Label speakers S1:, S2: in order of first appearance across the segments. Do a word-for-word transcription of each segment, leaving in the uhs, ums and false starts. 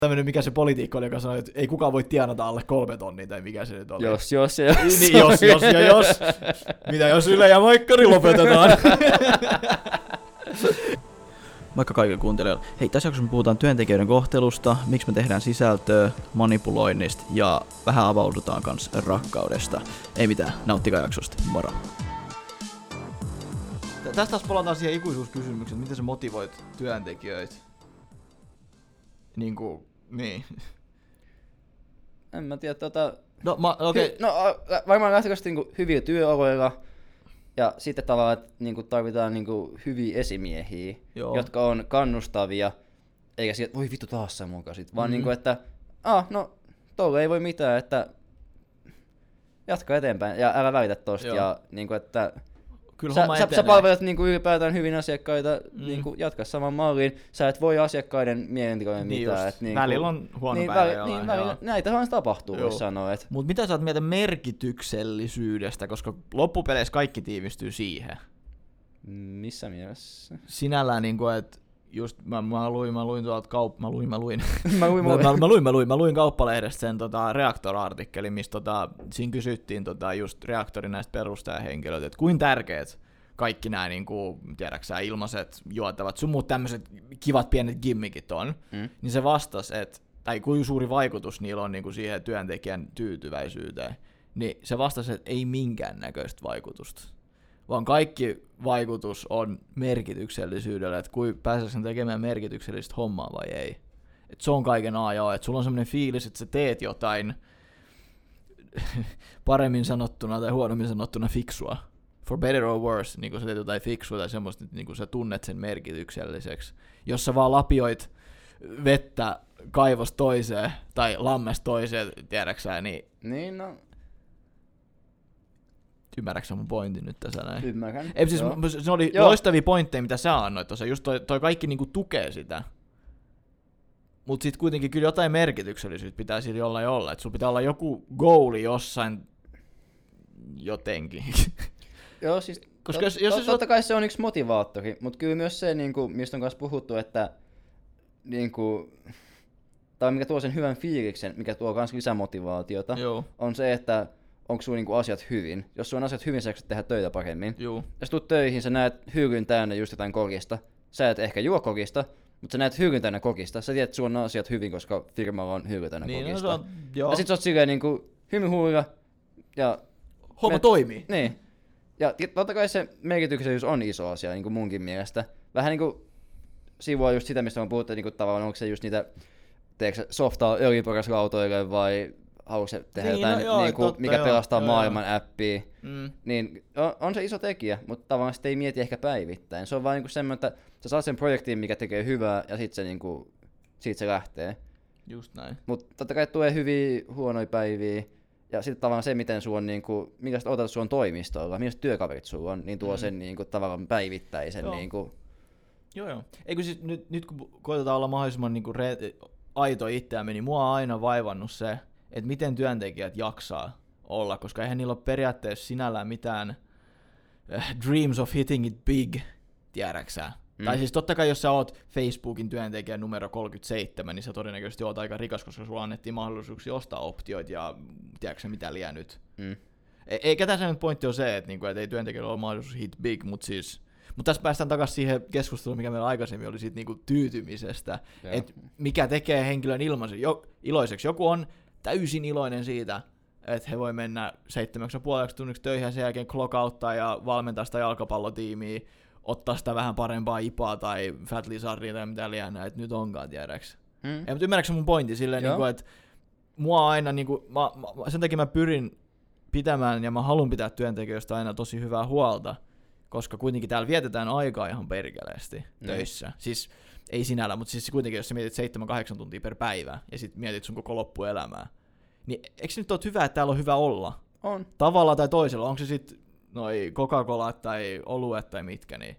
S1: tämmöinen, mikä se politiikka oli, joka sanoi, että ei kukaan voi tienata alle kolme tonnia, tai mikä se nyt oli.
S2: Jos, jos ja jos.
S1: Niin, jos, jos ja jos. Mitä jos Yle ja Maikkari lopetetaan?
S3: Vaikka kaikille kuuntelijoille. Hei, tässä jaksossa me puhutaan työntekijöiden kohtelusta, miksi me tehdään sisältöä, manipuloinnista ja vähän avaudutaan kans rakkaudesta. Ei mitään, nauttikaa jaksosta. Moro!
S1: Tästä taas palataan siihen ikuisuuskysymykseen, miten sä motivoit työntekijöitä? Niin kuin, niin.
S2: En mä tiedä, tota...
S1: No, ma, okei.
S2: Okay. No varmaan lähtökohtaisesti niin hyviä työoloilla ja sitten tavallaan, että niin tarvitaan niin hyviä esimiehiä, Joo. jotka on kannustavia, eikä sieltä, voi vittu taas sä mukaan sit, vaan mm-hmm. niin kuin, että ah, no tolle ei voi mitään, että jatka eteenpäin ja älä välitä tosta Joo. ja niin kuin, että
S1: Kyllä
S2: sä, sä, sä palvelet niin kuin ylipäätään hyvin asiakkaita, mm. niin kuin jatka saman malliin. Sä et voi asiakkaiden mielentilojen
S1: niin
S2: mitään. Et niin
S1: välillä on huono
S2: niin,
S1: päivä
S2: väli,
S1: jollain.
S2: Niin, välillä, näitä vaan tapahtuu, vois sanoa. Et.
S1: Mut mitä sä oot mieltä merkityksellisyydestä, koska loppupeleissä kaikki tiivistyy siihen?
S2: Missä mielessä?
S1: Sinällään niinku, että just mä, mä luin, mä luin tuolta kaup... Mä luin, mä luin.
S2: mä, luin, mä,
S1: mä, mä, mä luin, mä luin, mä luin Kauppalehdestä sen tota, Reaktor-artikkelin, missä tota, siinä kysyttiin tota, just Reaktorin näistä perustajahenkilöitä, että kuinka tärkeät kaikki nämä niinku, tiedäksä, ilmaiset, juotavat, sun muut tämmöiset kivat pienet gimmickit on, mm. niin se vastasi, että, tai kuinka suuri vaikutus niillä on niinku siihen työntekijän tyytyväisyyteen, niin se vastasi, että ei minkäännäköistä vaikutusta, vaan kaikki vaikutus on merkityksellisyydellä, että kuin pääseekö sen tekemään merkityksellistä hommaa vai ei. Et se on kaiken A ja O, että sulla on semmoinen fiilis, että sä teet jotain paremmin sanottuna tai huonommin sanottuna fiksua. For better or worse, niin kun sä teet jotain fiksua tai semmoista, niin kun sä tunnet sen merkitykselliseksi. Jos sä vaan lapioit vettä kaivosta toiseen tai lammesta toiseen, tiedäksä, niin...
S2: Niin, no...
S1: Ymmärrätkö mun pointin nyt tässä näin?
S2: Ymmärrän.
S1: Ei, siis se oli Joo. loistavia pointteja, mitä sä annoit tuossa. Just toi, toi kaikki niinku tukee sitä. Mut sit kuitenkin kyllä jotain merkityksellisyyttä pitää sillä jollain olla. Että sulla pitää olla joku goali jossain jotenkin.
S2: Joo, siis
S1: Koska
S2: tot,
S1: jos, jos
S2: tot, totta kai se on yksi motivaattori, mutta kyllä myös se, niin kuin, mistä on kanssa puhuttu, että niin kuin, tai mikä tuo sen hyvän fiiliksen, mikä tuo myös lisämotivaatiota, Joo. on se, että onko sulla niinku asiat hyvin. Jos sulla on asiat hyvin, sä jakset tehdä töitä paremmin. Joo. Jos tulet töihin, sä näet hyllyn täynnä just jotain kokista. Sä et ehkä juo kokista, mutta sä näet hyllyn täynnä kokista. Sä tiedät, että sulla on asiat hyvin, koska firmalla on hyllyn täynnä niin, kokista. No, joo. Ja sit sä oot silleen niinku hymyhuilla ja...
S1: Homma me... toimii.
S2: Niin. Ja totta kai se merkityksellisyys on iso asia niin kuin munkin mielestä. Vähän niinku sivua just sitä, mistä on puhuttu, niinku tavallaan onko se just niitä, teekö softaa öljyporraslautoille vai haluatko se tehdä niin, jotain, no joo, niinku, totta, mikä joo, pelastaa joo, maailman joo. appia. Mm. Niin on, on se iso tekijä, mutta tavallaan sitä ei mieti ehkä päivittäin. Se on vaan niinku semmoinen, että sä saat sen projektiin, mikä tekee hyvää ja sit se niinku, siitä se lähtee.
S1: Just näin.
S2: Mutta totta kai tulee hyviä, huonoja päiviä. Ja sitten tavallaan se, miten sulla on, niinku, minkälaista odotus sulla on toimistolla, millaiset työkaverit sulla on, niin tuo mm. sen niinku, tavallaan päivittäisen.
S1: Joo,
S2: niinku...
S1: joo. joo. Eikö siis nyt, nyt kun koitetaan olla mahdollisimman niinku re- aito itseämme, niin mua on aina vaivannut se, että miten työntekijät jaksaa olla, koska eihän niillä ole periaatteessa sinällään mitään äh, dreams of hitting it big, tiedäksä. Mm. Tai siis totta kai jos sä oot Facebookin työntekijä numero kolmekymmentäseitsemän, niin sä todennäköisesti oot aika rikas, koska sulla annettiin mahdollisuuksia ostaa optioita ja tiedätkö mitä liian nyt. Mm. E- eikä tässä nyt pointti on se, että, niinku, että ei työntekijöillä ole mahdollisuus hit big, mutta siis... Mutta tässä päästään takaisin siihen keskusteluun, mikä meillä aikaisemmin oli siitä niinku tyytymisestä, että mikä tekee henkilön ilmaisen, jo, iloiseksi. Joku on täysin iloinen siitä, että he voi mennä seitsemäksi ja puoleksi tunniksi töihin ja sen jälkeen clock outtaa ja valmentaa sitä jalkapallotiimiä, ottaa sitä vähän parempaa ipaa tai Fat Lizardia tai mitä liian että nyt onkaan, tiedäks. Hmm. Ei, mutta ymmärrätkö mun pointti silleen, niinku, että mua aina, niinku, mä, mä, sen takia mä pyrin pitämään ja mä haluan pitää työntekijöistä aina tosi hyvää huolta, koska kuitenkin täällä vietetään aikaa ihan perkeleesti hmm. töissä. Siis ei sinällä, mutta siis kuitenkin jos sä mietit seitsemän kahdeksan tuntia per päivä ja sit mietit sun koko loppuelämää, niin eikö nyt ole hyvä, että täällä on hyvä olla?
S2: On.
S1: Tavalla tai toisella, onko se sitten noi Coca-Cola tai oluet tai mitkä, niin...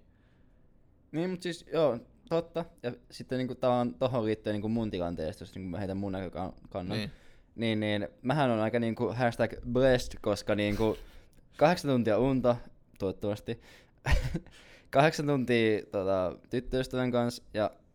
S2: Niin, mutta siis joo, totta. Ja sitten niinku tavallaan tohon liittyen niinku mun tilanteesta, jos niinku mä heitän mun näkökannan, niin. Niin, niin mähän on aika niinku hashtag blessed, koska niinku kahdeksan tuntia unta, toivottavasti, kahdeksan tuntia tota, tyttöystävän kanssa ja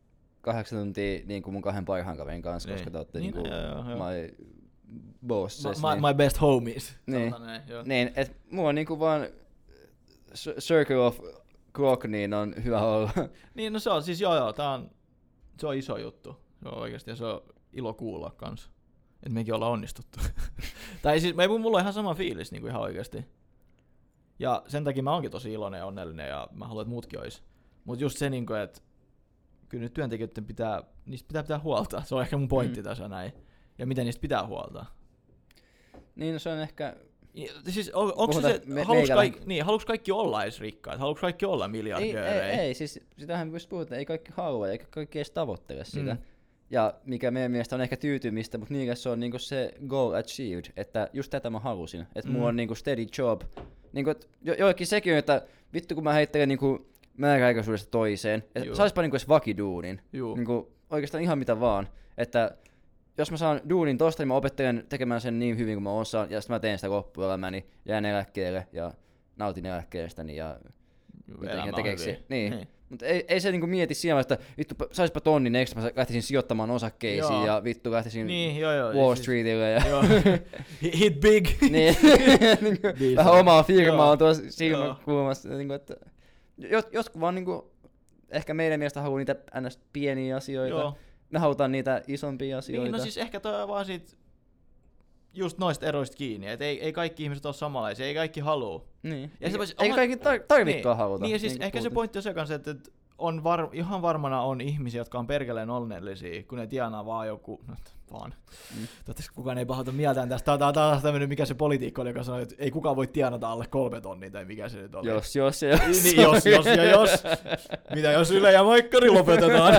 S2: kahdeksan tuntia niin kuin mun kahden parhaan kaverin kanssa,
S1: niin.
S2: koska te ootte
S1: niin,
S2: niin kuin
S1: joo, joo.
S2: my bosses.
S1: My,
S2: niin.
S1: my best homies.
S2: Niin,
S1: näin,
S2: niin että mulla on niin kuin vaan circle of Grok, niin on hyvä olla.
S1: Niin, no se on siis joo joo, tää on, se on iso juttu. Se on oikeesti ja se on ilo kuulla kans. Että mekin ollaan onnistuttu. tai siis mulla on ihan sama fiilis niinku ihan oikeesti. Ja sen takia mä oonkin tosi iloinen ja onnellinen ja mä haluan, että muutkin ois. Mut just se niinku, että kyllä nyt työntekijöiden pitää, niistä pitää pitää huolta. Se on ehkä mun pointti mm. tässä näin. Ja miten niistä pitää huolta.
S2: Niin, no se on ehkä...
S1: Ja, siis on, onko se, se me, haluuks, kaikki, niin, haluuks kaikki olla edes rikkaat? Haluuks kaikki olla miljardöörejä?
S2: Ei, ei, ei, siis sitähän pystyy puhumaan, ei kaikki halua, eikä kaikki edes tavoittele sitä. Mm. Ja mikä meidän mielestä on ehkä tyytymistä, mutta niille se on niinku se goal achieved, että just tätä mä halusin. Että mm. mulla on niinku steady job. Niinku, jo, joillekin sekin on, että vittu kun mä heittelen niinku määräaikaisuudesta toiseen, että saispa niinku edes vakiduunin. Niinku, oikeastaan ihan mitä vaan. Että jos mä saan duunin tosta, niin mä opettelen tekemään sen niin hyvin kuin mä osaan, ja sitten mä teen sitä loppuelämäni, jään eläkkeelle ja nautin eläkkeestäni ja
S1: elämä
S2: tekeeksi. Niin. niin. Mutta ei, ei se niinku mieti siellä, että vittu saispa tonnin ekstra, mä lähtisin sijoittamaan osakkeisiin joo. ja vittu lähtisin niin, joo, joo. Wall Streetille. Ja
S1: hit big!
S2: niin. niin vähän omaa firmaa on tuossa silmäkulmassa. Niinku, että jot, jotkut vaan niinku, ehkä meidän mielestä haluaa niitä ns. Pieniä asioita. Joo. Me halutaan niitä isompia asioita.
S1: Niin, no siis ehkä toi on vaan siitä just noista eroista kiinni, että ei, ei kaikki ihmiset ole samanlaisia, ei kaikki halua.
S2: Niin. Ja se, ei kaikki tar- tarvitkaan
S1: niin.
S2: haluta.
S1: Niin ja siis niin ehkä puhutin. Se pointti on se kanssa, että on var- ihan varmana on ihmisiä, jotka on perkeleen onnellisia, kun ne tienaa vaan joku, no vaan, mm. toivottavasti kukaan ei pahota mieltään tästä. Tämä on taas tämmöinen, mikä se politiikka oli, joka sanoi, että ei kukaan voi tienata alle kolme tonnia, tai mikä se nyt oli.
S2: Jos, jos, jos.
S1: Niin, jos, jos ja jos. Mitä jos Yle ja Maikkari lopetetaan?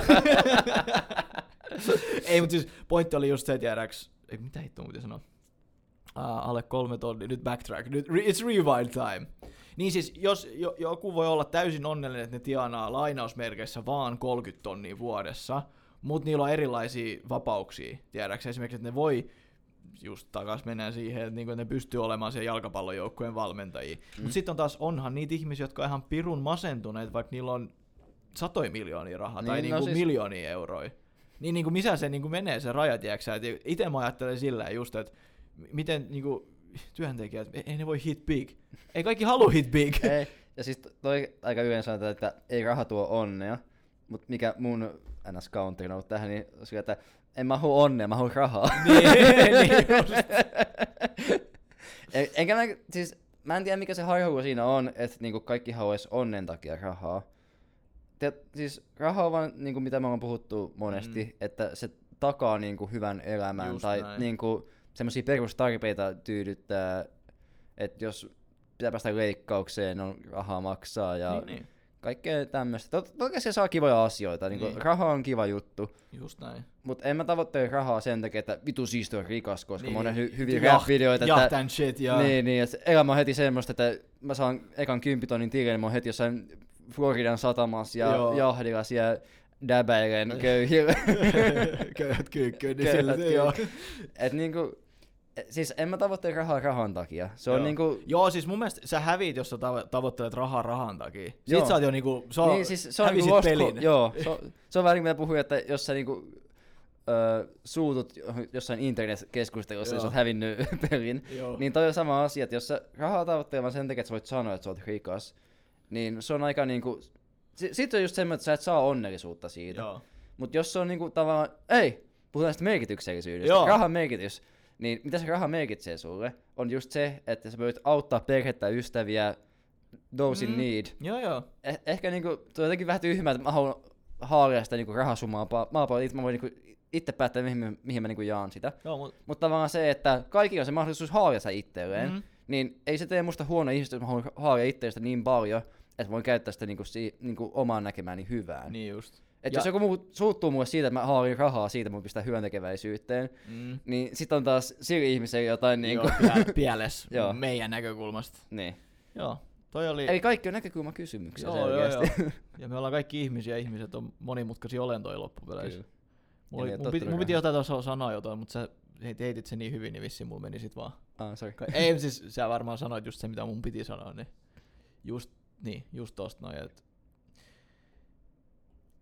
S1: Ei, mutta siis pointti oli just se, että jäädääks, ei, mitä hittoa muuten sanoa? Uh, alle kolme tonnia, nyt backtrack, nyt re, it's rewind time. Niin siis, jos jo, joku voi olla täysin onnellinen, että ne tienaa lainausmerkeissä vaan kolmekymmentä tonnia vuodessa, mutta niillä on erilaisia vapauksia, tiedäksä esimerkiksi, että ne voi just takas mennään siihen, että, niinku, että ne pystyy olemaan siellä jalkapallojoukkueen valmentajia. Mm. Mutta sitten on taas, onhan niitä ihmisiä, jotka on ihan pirun masentuneet, vaikka niillä on satoja miljoonia rahaa niin, tai niinku no siis... miljoonia euroja. Niin, niin kuin missä se niin kuin menee se raja, tiedäksä? Itse mä ajattelen sillä just, että miten niin kuin, työntekijät, ei ne voi hit big. Ei kaikki halua hit big.
S2: Ei. Ja siis toi aika yleensä sanotaan, että ei raha tuo onnea, mutta mikä mun ns. Counterina on tähän, niin on sillä, että en mä halua onnea, mä haluan rahaa.
S1: niin, niin
S2: en, enkä mä, siis, mä en tiedä mikä se harhaluo siinä on, että niinku kaikki haluaisi onnen takia rahaa. Tiedät, siis raha on vaan, niin kuin mitä me ollaan puhuttu monesti, mm. että se takaa niin kuin hyvän elämän just tai niin kuin, semmoisia perustarpeita tyydyttää, että jos pitää päästä leikkaukseen, on rahaa maksaa ja niin, niin. kaikkea tämmöistä. Toki se saa kivoja asioita, niin kuin niin. raha on kiva juttu.
S1: Just näin.
S2: Mutta en mä tavoittele rahaa sen takia, että vitu siisti on rikas, koska niin. mä oon hy- hyviä rap-videoita.
S1: Jaht and shit, ja...
S2: Niin, niin, että elämä on heti semmoista, että mä saan ekan kymppitonnin tilin, niin mä oon heti jossain Floridan satamassa ja joo. jahdilla siellä däbäilen köyhillä.
S1: Köyhät kyykkyyn, niin sillä se joo.
S2: Et niinku, siis en mä tavoittele rahaa rahan takia. Se on
S1: joo.
S2: niinku...
S1: Joo, siis mun mielestä sä häviit, jos sä tavo- tavoittelet rahaa rahan takia. Sit sä oot jo niinku, se on,
S2: niin, siis se on
S1: hävisit
S2: niinku
S1: pelin.
S2: Ko- joo, se on, se on vähän niin kuin mä puhuin, että jos sä niinku ö, suutut jossain internet-keskustelussa ja sä oot hävinnyt pelin, joo. niin toi on sama asia, että jos sä rahaa tavoittelemaan sen takia, että sä voit sanoa, että sä oot rikas, niin se on aika niinku, sitten on just semmoinen, että sä et saa onnellisuutta siitä. Mutta jos se on niinku tavallaan, ei, puhutaan sitä merkityksellisyydestä, joo. rahan merkitys, niin mitä se raha merkitsee sulle, on just se, että sä voit auttaa perhettä, ystäviä, those in mm. need.
S1: Joo, joo.
S2: Eh- ehkä niinku, tuo on jotenkin vähän tyhmää, että mä haluan haalia sitä niinku rahasummaa maapalloa, itse mä voin niinku itse päättää, mihin, mihin mä niinku jaan sitä.
S1: Mut...
S2: Mutta tavallaan se, että kaikilla on se mahdollisuus haalia sitä itselleen, mm. niin ei se tee musta huono ihmistä, jos mä haluan haalia itsestä niin paljon, että voin käyttää sitä niinku, si- niinku omaan näkemääni hyvään.
S1: Niin just.
S2: Et ja... jos joku muu suuttuu mulle siitä, että mä haalin rahaa siitä, mun pistää hyväntekeväisyyteen, mm. niin sit on taas sillä ihmisellä jotain niinku...
S1: Joo, pieles meidän näkökulmasta.
S2: Niin.
S1: Joo, toi oli...
S2: Eli kaikki on näkökulmakysymyksiä
S1: joo, selkeästi. Joo, joo. Ja me ollaan kaikki ihmisiä, ihmiset on monimutkaisia olentoja loppupeleissä. Mun, mun, piti, mun piti jotain tuossa sanoa jotain, mutta sä heitit se niin hyvin, niin vissiin mulla meni sit vaan.
S2: Ah, sorry.
S1: Ei, siis sä varmaan sanoit just se, mitä mun piti sanoa, niin just, niin, just tosta noin, että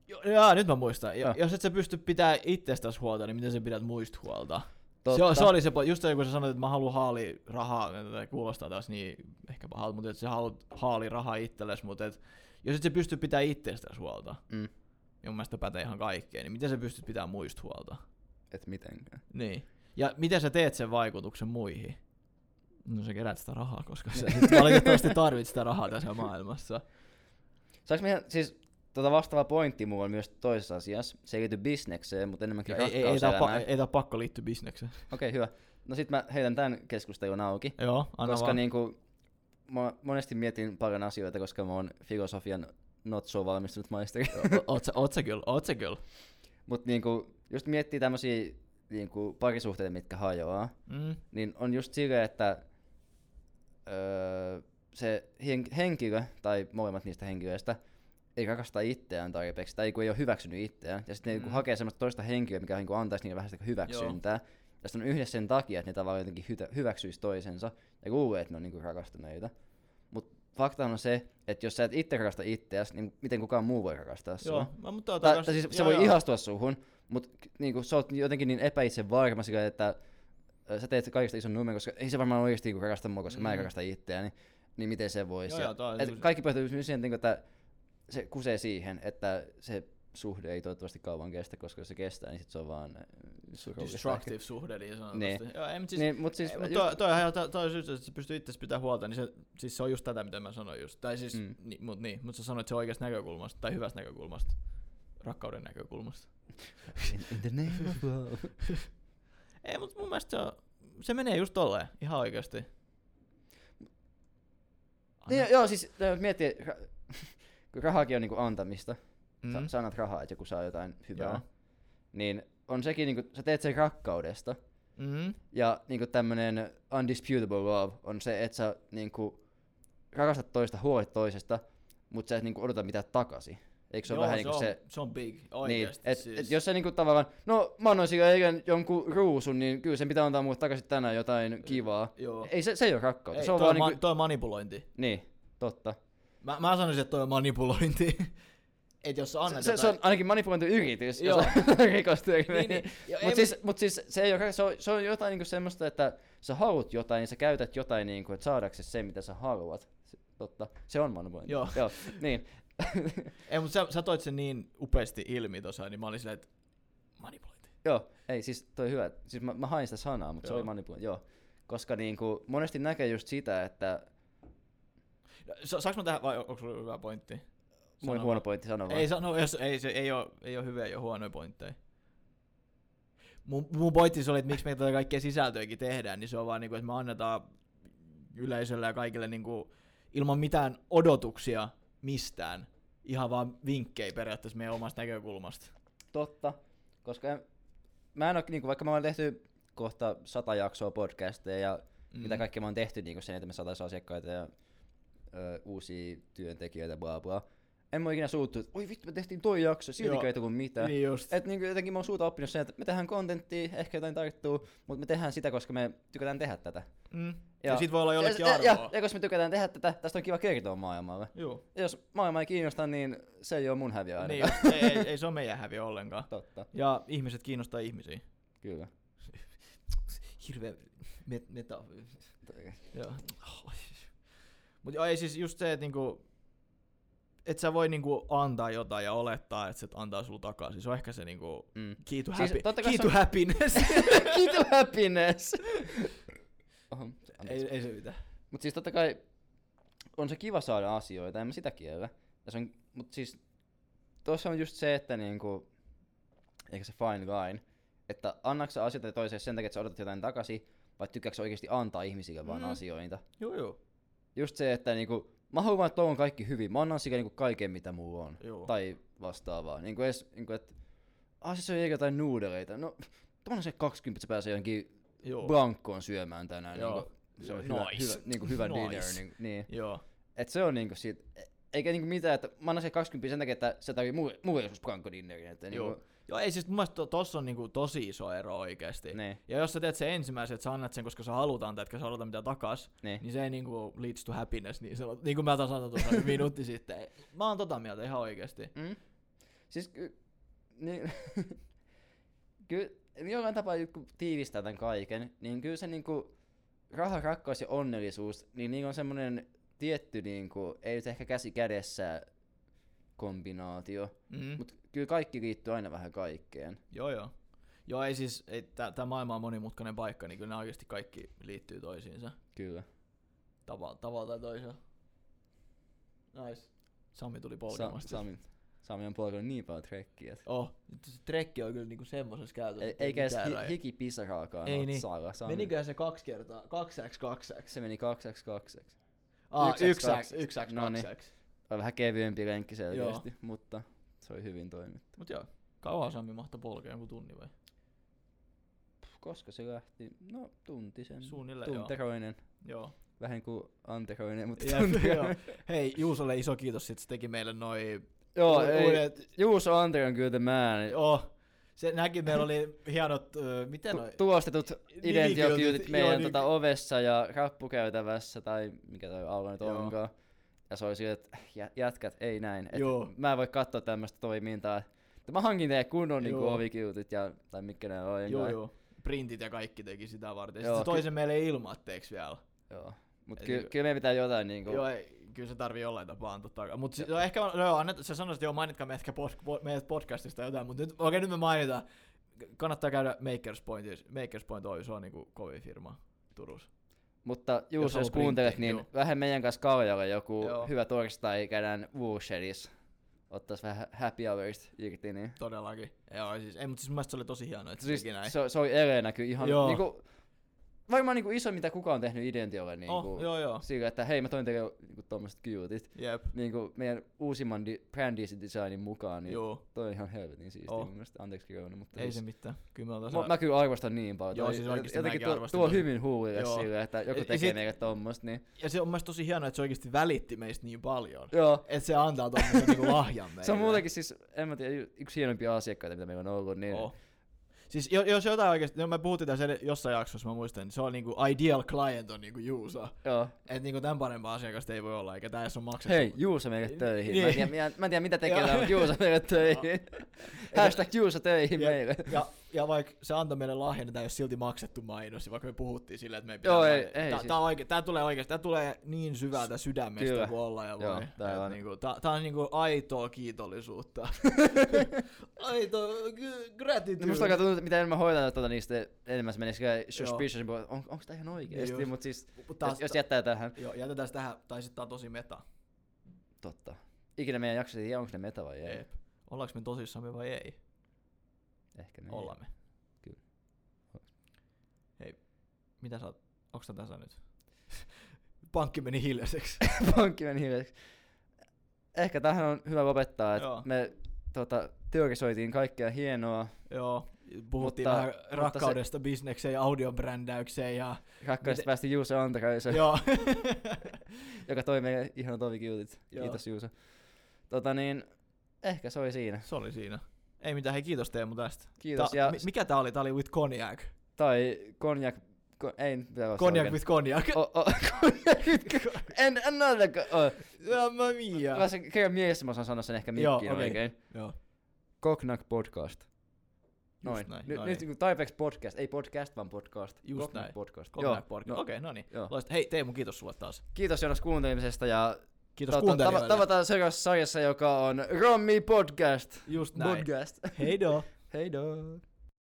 S1: Joo, nyt mä muistan. Jo, jos et sä pysty pitää itsestäsi huolta, niin miten sä pidät muista huolta? Se, se oli se, just se, kun sä sanoit, että mä haluan haali rahaa, kuulostaa taas niin ehkä pahalta, mutta että sä haluat haali rahaa itsellesi, mutta et, jos et sä pysty pitää itsestäsi huolta, mm. niin mun mielestä pätee ihan kaikkeen, niin miten sä pystyt pitää muista huolta?
S2: Et mitenkään.
S1: Niin. Ja miten sä teet sen vaikutuksen muihin? No sä kerät sitä rahaa, koska sä valitettavasti tarvitset sitä rahaa tässä maailmassa.
S2: Saanko mehän, siis tota vastaava pointti mulla on myös toisessa asiassa. Se ei liity bisnekseen, mutta enemmänkin rakkauselämään.
S1: Ei, ei, ei tää pakko liittyä bisnekseen.
S2: Okei, okay, hyvä. No sit mä heitän tämän keskustelun auki.
S1: Joo, anna
S2: koska
S1: vaan.
S2: Niinku, mä monesti mietin paljon asioita, koska mä oon filosofian not so valmistunut maisteri.
S1: Oot sä, oot sä kyllä, oot sä kyllä.
S2: Mut niinku, just miettii tämmösiä niinku parisuhteita, mitkä hajoaa, mm. niin on just silleen, että öö, se henkilö, tai molemmat niistä henkilöistä, ei rakasta itseään tarpeeksi, tai ei ole hyväksynyt itseään, ja sitten mm. ne hakee semmoista toista henkilöä, mikä niinku antaisi niille vähän sitä hyväksyntää, Joo. ja sitten on yhdessä sen takia, että ne tavallaan jotenkin hy- hyväksyisi toisensa, ja luulee, että ne on niinku rakastuneita. Mutta fakta on se, että jos sä et itse rakasta itseäsi, niin miten kukaan muu voi rakastaa sua?
S1: Joo, mutta
S2: tai, tai siis se joo, voi joo. ihastua suhun, mutta niinku, sä oot jotenkin niin epäitse varma sillä, että äh, sä teet kaikista ison numeron, koska ei se varmaan oikeasti niinku rakasta mua, koska mm. mä en rakasta itseäni, niin miten se voisi? Joo, joo, et kaikki pohjautuu myös siihen, että se kusee siihen, että se suhde ei toivottavasti kauan kestä, koska jos se kestää, niin sit se on vaan
S1: surullista. Destructive suhde, niin sanotusti.
S2: Niin.
S1: Joo, ei, mutta siis,
S2: niin, mut siis
S1: ei, mut toi, toi, toi, toi syystä, että sä pystyy itse pitää huolta, niin se, siis se on just tätä, mitä mä sanoin just. Tai siis, mm. ni, mut niin, mut sä sanoit se oikeasta näkökulmasta, tai hyvästä näkökulmasta. Rakkauden näkökulmasta.
S2: In the name of love.
S1: Ei, mut mun mielestä se, on, se menee just tolleen, ihan oikeasti.
S2: Niin, joo, siis miettii, kun rahakin on niinku antamista, mm. sä, sä annat rahaa, että joku saa jotain hyvää, Joo. niin on sekin, niinku, sä teet sen rakkaudesta. Mm-hmm. Ja niinku tämmönen undisputable love on se, että sä niinku rakastat toista, huolet toisesta, mutta sä et niinku odota mitään takaisin. Eikö se
S1: Joo,
S2: ole vähän
S1: se
S2: niinku
S1: on,
S2: se...
S1: se on big, oikeesti.
S2: Niin, et,
S1: siis.
S2: et jos sä niinku tavallaan, no mä annoin sille eilen jonkun ruusun, niin kyllä sen pitää antaa mulle takaisin tänään jotain kivaa.
S1: Joo.
S2: Ei, se, se ei ole rakkautta.
S1: Ei,
S2: se on
S1: toi,
S2: vaan
S1: ma-
S2: niinku...
S1: toi on manipulointi.
S2: Niin, totta.
S1: Mä, mä sanoisin, että toi on manipulointi. Et jos sä annat
S2: se,
S1: jotain...
S2: se on ainakin manipulointiyritys, jos rikostyö. Niin, niin. Mutta siis, mut siis se, ei ole, se, on, se on jotain niinku semmoista, että sä haluat jotain, niin sä käytät jotain, niinku, että saadaksesi se, mitä sä haluat. Se, totta, se on manipulointi.
S1: Joo.
S2: Joo, niin.
S1: Ei, mutta sä, sä toit sen niin upeasti ilmi tossa, niin mä olin silleen, että manipulointi.
S2: Joo, ei siis toi hyvä. Siis mä, mä hain sitä sanaa, mutta joo. Se oli manipulointi, joo. Koska niinku, monesti näkee just sitä, että...
S1: Sa- saanko mä tähän, vai onko sulla hyvä pointti?
S2: Mun huono pointti, sano vaan.
S1: Ei, sano, jos, ei, se, ei, ole, ei ole hyviä, ei ole huonoja pointteja. Mun, mun pointti oli, että miksi me tätä kaikkea sisältöäkin tehdään, niin se on vaan niin kuin, että me annetaan yleisölle ja kaikille niin kuin, ilman mitään odotuksia mistään. Ihan vaan vinkkejä periaatteessa meidän omasta näkökulmasta.
S2: Totta, koska mä en ole, niin kuin, vaikka mä oon tehty kohta sata jaksoa podcasteja ja mm. mitä kaikkea mä oon tehty niin sen, että me saataisiin asiakkaita ja ö, uusia työntekijöitä, bla bla. En mä ikinä suuttu, että oi vittu, me tehtiin toi jakso, siltikään ei tullut mitään.
S1: Niin just.
S2: Et niin jotenkin mä oon suuta oppinut sen, että me tehdään kontenttia, ehkä jotain tarttuu, mutta me tehdään sitä, koska me tykätään tehdä tätä.
S1: Mm. Ja, ja sit voi olla jollekin ja, arvoa.
S2: Ja, ja koska me tykätään tehdä tätä, tästä on kiva kertoa maailmalle.
S1: Joo.
S2: Ja jos maailma ei kiinnosta, niin se ei ole mun häviö ainakaan.
S1: Niin, ei, ei, ei se ole meidän häviö ollenkaan.
S2: Totta.
S1: Ja ihmiset kiinnostaa ihmisiä.
S2: Kyllä.
S1: Hirveä met- meta... Joo. Mut ei siis just se, että niinku... Et sä voi niinku antaa jotain ja olettaa, että se antaa sulla takaisin. Se on ehkä se niinku mm. key to,
S2: siis
S1: happy, key to
S2: on...
S1: happiness.
S2: Key to happiness. Oho,
S1: ei, ei se mitään.
S2: Mut siis totta kai on se kiva saada asioita, en mä sitä kiellä. On, mut siis tuossa on just se, että niinku, eikä se fine line, että annatko sä asioita toiseen sen takia, että sä odotat jotain takaisin, vai tykkääkö sä oikeasti antaa ihmisille mm. vaan asioita.
S1: Joo joo.
S2: Just se, että niinku, mä haluan vaan, että on kaikki hyvin. Mä annan sille niinku kaiken, mitä mulla on. Joo. Tai vastaavaa. Niinku edes, niinku että ah, se on jotain nuudeleita. No, tuolla se kaksikymmentä, se pääsee johonkin blankkoon syömään tänään. Niinku, se on nice. hyvä, hyvä, niinku hyvä nice. dinner. Niinku, niin.
S1: Joo.
S2: Et se on niinku siitä, eikä niinku mitään, että mä annan se kaksikymmentä sen takia, että se tarvii mulle, mulle joskus blankkodinnerin. Että
S1: Joo. Niinku, Joo, ei siis mun mielestä to, tossa on niinku tosi iso ero oikeesti.
S2: Ne.
S1: Ja jos sä teet sen ensimmäisen, että sä annat sen, koska sä haluat antaa, etkä sä odota mitään takas, ne. niin se ei niinku leads to happiness, niin, se, niin kuin mä taas sanoin tuossa minuutti sitten. Mä oon tota mieltä ihan oikeesti. Mm.
S2: Siis ky... Niin... kyllä jollain tapaa, kun tiivistää tämän kaiken, niin kyllä se niinku raha, rakkaus ja onnellisuus, niin niillä on semmonen tietty niinku, ei nyt ehkä käsi kädessä kombinaatio, mm. mutta kyllä kaikki liittyy aina vähän kaikkeen.
S1: Joo joo. Joo ei siis, tämä maailma on monimutkainen paikka, niin kyllä nämä oikeasti kaikki liittyy toisiinsa.
S2: Kyllä.
S1: Tavalla, tavalla tai toisella. Nice. Sami tuli polkemasta.
S2: Sa- Sami. Sami on polkenut niin paljon trekkiä.
S1: Oh, se trekki on kyllä niinku semmosessa käytössä.
S2: Ei, eikä edes hi- hikipisaraakaan
S1: ei niin.
S2: saada.
S1: Meniköhän se kaksi kertaa? kaksi kertaa kaksi kertaa?
S2: Se meni kaksi kertaa kaksi kertaa.
S1: Ah, yksi kertaa kaksi kertaa.
S2: On vähän kevyempi lenkki selkeästi, joo. Mutta se oli hyvin toimittu.
S1: Mut joo, kauan Sami mahtoi polkea, joku tunni vai?
S2: Koska se lähti? No tuntisen.
S1: Suunnilleen
S2: Tunteroinen.
S1: Joo.
S2: Vähän kuin anteroinen, mutta
S1: ja,
S2: tunteroinen.
S1: Hei, Juusolle iso kiitos, että se teki meille noi...
S2: Joo, u- ei, uudet... Juuso Antero on kyllä the man.
S1: Joo. Se näki, meillä oli hienot, uh, miten noi...
S2: Tuostetut identiokyytit meidän joo, tota, niin... ovessa ja rappukäytävässä, tai mikä toi auto nyt onkaan. Ja se oli sille, että jätkät, ei näin. Et mä en voi katsoa tämmöistä toimintaa. Mä hankin teille kunnon niin ovikiltit, ja, tai mitkä ne on.
S1: Joo, joo. Printit ja kaikki teki sitä varten. Sitten se toi sen meille ilmatteeksi vielä.
S2: Joo. Mut ky- kyllä meidän pitää jotain niinku...
S1: Joo, ei, kyllä se tarvii jollain tapaa antaa takaa. Mut si- ehkä, joo, annet, sä sanoisit, joo, mainitkaa meidät, pod- meidät podcastista jotain, mutta nyt, okei, okay, nyt me mainitaan. Kannattaa käydä Makers Pointissa. Makers Point Oy, se on niinku kovin firma Turussa.
S2: Mutta Juus, jos, jos kuuntelet, niin joo. Vähän meidän kanssa Kaljalle joku joo. hyvä torstai, käydään Woolshedissa. Ottais vähän happy hourista irti, niin...
S1: Todellakin. Joo, siis, ei, mutta siis mun mielestä se oli tosi hienoa, että
S2: siis
S1: se teki näin.
S2: Se, se oli Eleenä kyllä ihan niinku... Varmaan niinku iso, mitä kukaan on tehnyt Identiolle niinku...
S1: Oh, joo, joo.
S2: Sillä, että hei, mä toin teille niinku tommoset kyytit. Jep. Niinku meidän uusimman di- brand designin mukaan, niin joo. Toi on ihan helvetin siistiä oh. mun mielestä. Anteeksi Kiroinen, mutta...
S1: Ei siis... se mitään. Kyllä me
S2: oltais... Mä, mä kyllä arvostan niin paljon.
S1: Joo, siis oikeesti
S2: jotenkin
S1: mäkin arvostan.
S2: Tuo, tuo hyvin huulille sillä, että joku tekee sit... meille tommosta, niin...
S1: Ja se on mielestäni tosi hienoa, että se oikeesti välitti meistä niin paljon.
S2: Joo.
S1: Että se antaa tommosen niinku lahjan meille.
S2: Se on muutenkin siis, en mä tiedä, yksi hienompia asiakkaita, mitä meillä on ollut, niin...
S1: Oh. Siis jos jotain oikeesti, no me puhuttiin tässä jossain jaksossa, mä muistan, niin se on niinku ideal client on niinku Juuso. Joo. Et niinku tän parempaa asiakasta ei voi olla, eikä tää edes on maksettu.
S2: Hei, Juuso meille töihin. Niin. Mä, en tiedä, mä en tiedä mitä tekee, mutta Juuso meille töihin. Hashtag Juuso töihin ja, meille.
S1: Ja, ja vaikka se antoi meille lahjan, niin tää ei ole silti maksettu mainos, vaikka me puhuttiin silleen, että me ei pitää...
S2: Joo, ei,
S1: tää,
S2: ei
S1: tää,
S2: siis.
S1: tää, oike, tää tulee oikeesti, tää tulee niin syvältä sydämestä kyllä. Kuin olla ja voi. Joo, tää, on. Niinku, tää, tää on niinku aitoa kiitollisuutta. Aitoa gratitude.
S2: No musta alkaa tuntua, mitä enemmän hoidan tuota niistä, enemmän se menisi suspicious, on, onko tää ihan oikeesti, niin mutta siis, Mut taas, jos, jos jättää tähän.
S1: Joo, jätetään tähän, tai sit tää on tosi meta.
S2: Totta. Ikinä meidän jaksossa ei tiedä, onko ne meta vai ei.
S1: Eep. Ollaanko me tosissamme vai ei?
S2: Ehkä me
S1: ollaan me.
S2: Kyllä.
S1: Hei, mitä sä oot, onks tää tässä nyt? Pankki meni hiljaiseksi.
S2: Pankki meni hiljaiseksi. Ehkä tähän on hyvä lopettaa, että me tota, teorisoitiin kaikkea hienoa.
S1: Joo, puhuttiin mutta, vähän rakkaudesta, se... bisnekseen ja audiobrändäykseen. Ja...
S2: Rakkaudesta Miten... päästi Juuso Antakaisen,
S1: Joo.
S2: joka toi meille ihanat ovikiltit. Kiitos Juuso. Tota niin, ehkä se oli siinä.
S1: Se oli siinä. Ei mitään, hei kiitos Teemu tästä.
S2: Kiitos.
S1: Ta-
S2: ja...
S1: Mikä tää oli? Tää oli with cognac.
S2: Tai cognac. Ko- ei pitää olla
S1: cognac with cognac.
S2: Oh, oh, cognac with cognac. En, another oh.
S1: Mamma mia.
S2: Mä sen kerran mielessä mä osaan sanoa sen ehkä mikkiin
S1: okay.
S2: oikein.
S1: Joo.
S2: Cognac podcast. Noin.
S1: Just näin.
S2: Nyt,
S1: noin.
S2: nyt niin Typex podcast, ei podcast vaan podcast.
S1: Just
S2: Cognac
S1: näin.
S2: podcast.
S1: Cognac podcast. No. Okei, okay, no niin. Hei Teemu, kiitos sulle taas.
S2: Kiitos Jonas kuuntelemisesta ja
S1: kiitos ta- kuuntelijoille.
S2: Ta- tavataan seuraavassa sarjassa, joka on Rommi podcast.
S1: Just näin.
S2: Podcast.
S1: Heido.
S2: Heido.